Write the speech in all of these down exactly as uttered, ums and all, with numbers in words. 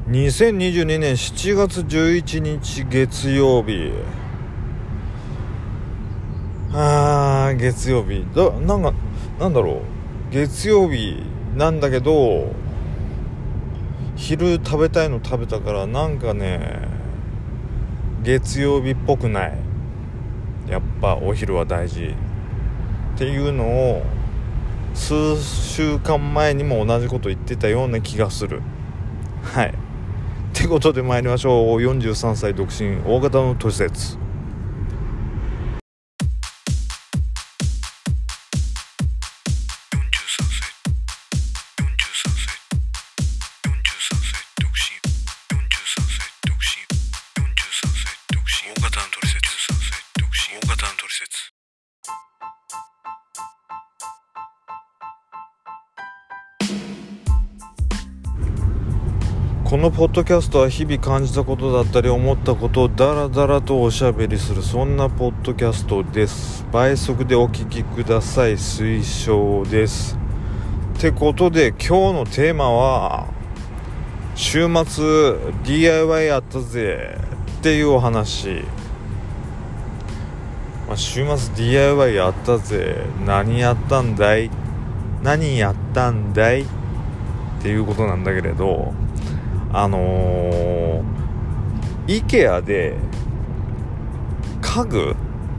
にせんにじゅうにねんしちがつじゅういちにち月曜日。あー月曜日だ。なんかなんだろう、月曜日なんだけど昼食べたいの食べたからなんかね月曜日っぽくない。やっぱお昼は大事っていうのを数週間前にも同じこと言ってたような気がする。はいってことで参りましょう。よんじゅうさんさい独身大型の都市説。このポッドキャストは日々感じたことだったり思ったことをダラダラとおしゃべりする、そんなポッドキャストです。倍速でお聞きください、推奨です。ってことで今日のテーマは週末 ディーアイワイ やったぜっていうお話。まあ、週末 ディーアイワイ やったぜ、何やったんだい何やったんだいっていうことなんだけれど、あのー、IKEA で家具、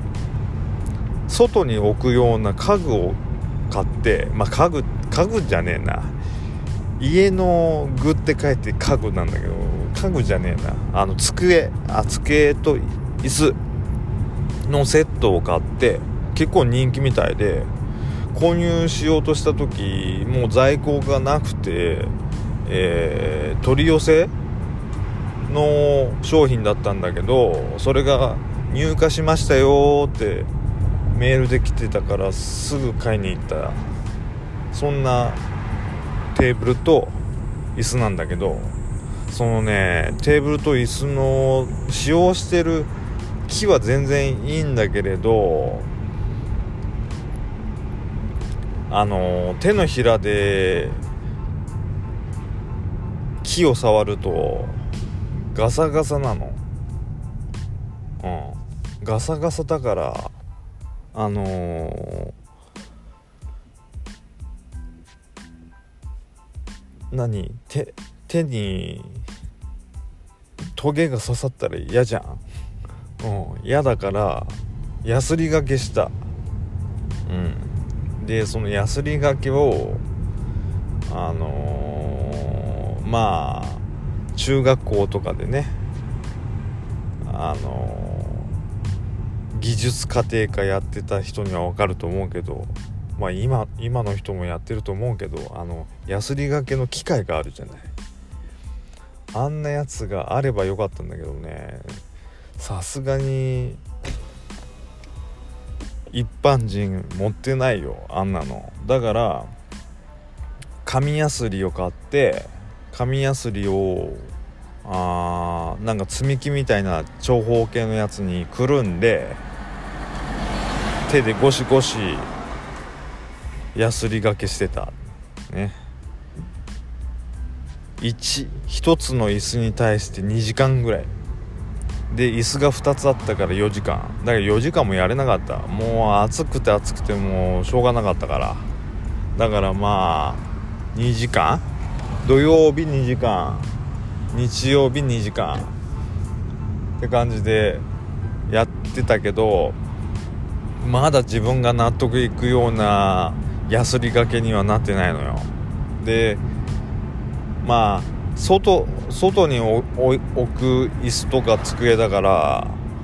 外に置くような家具を買って、まあ家具家具じゃねえな、家の具って書いて家具なんだけど家具じゃねえな、あの机あ机と椅子のセットを買って結構人気みたいで、購入しようとした時もう在庫がなくて、えー、取り寄せの商品だったんだけど、それが入荷しましたよってメールで来てたからすぐ買いに行った。そんなテーブルと椅子なんだけど、そのねテーブルと椅子の使用してる木は全然いいんだけれど、あの手のひらで木を触るとガサガサなの。うんガサガサだからあのー、何手手にトゲが刺さったら嫌じゃん。うん嫌だからヤスリがけした。うんでそのヤスリがけをあのー、まあ中学校とかでね、あのー、技術家庭科やってた人には分かると思うけど、まあ今今の人もやってると思うけど、あのヤスリがけの機械があるじゃない。あんなやつがあればよかったんだけどね、さすがに一般人持ってないよあんなの。だから紙ヤスリを買って、紙ヤスリをあーなんか積み木みたいな長方形のやつにくるんで手でゴシゴシヤスリがけしてたね。一一つの椅子に対してにじかんぐらいで、椅子がふたつあったからよじかんだからよじかんもやれなかった。もう暑くて暑くてもうしょうがなかったから、だからまあにじかん、土曜日にじかん、日曜日にじかんって感じでやってたけど、まだ自分が納得いくようなヤスリがけにはなってないのよ。でまあ外外に置く椅子とか机だから、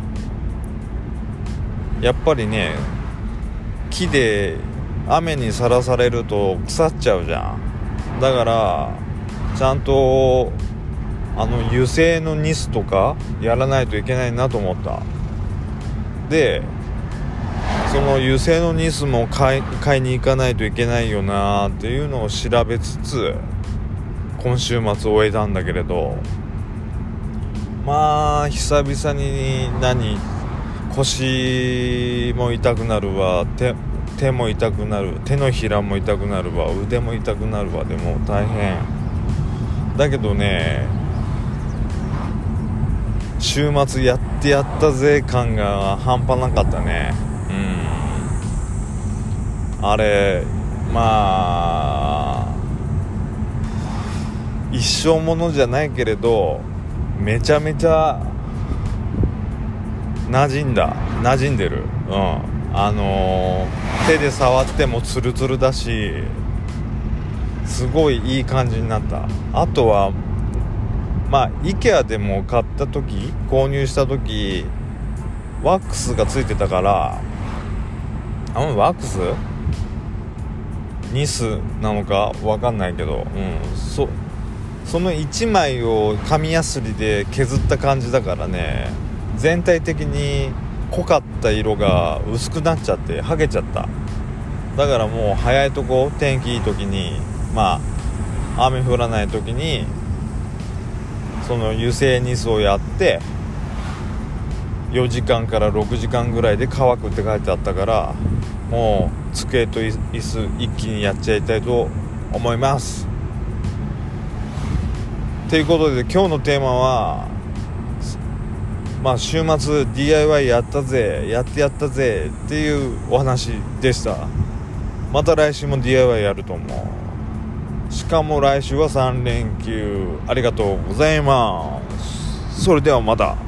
やっぱりね木で雨にさらされると腐っちゃうじゃん。だからちゃんとあの油性のニスとかやらないといけないなと思った。でその油性のニスも買い、買いに行かないといけないよなっていうのを調べつつ今週末終えたんだけれど、まあ久々に何腰も痛くなるわ、手手も痛くなる、手のひらも痛くなるわ、腕も痛くなるわ。でも大変だけどね、 週末やってやったぜ感が半端なかったね。うんあれまあ一生ものじゃないけれどめちゃめちゃ馴染んだ馴染んでる。うんあのー、手で触ってもツルツルだしすごいいい感じになった。あとはまあ IKEA でも買った時購入した時ワックスがついてたからあのワックスニスなのか分かんないけど、うん、そ, そのいちまいを紙やすりで削った感じだからね全体的に濃かった色が薄くなっちゃって剥げちゃった。だからもう早いとこ天気いい時にまあ雨降らない時にその油性ニスをやってよじかんからろくじかんぐらいで乾くって書いてあったからもう机と椅子一気にやっちゃいたいと思います。ということで今日のテーマはまあ週末 ディーアイワイ やったぜやってやったぜっていうお話でした。また来週も ディーアイワイ やると思う。しかも来週はさん連休ありがとうございます。それではまた。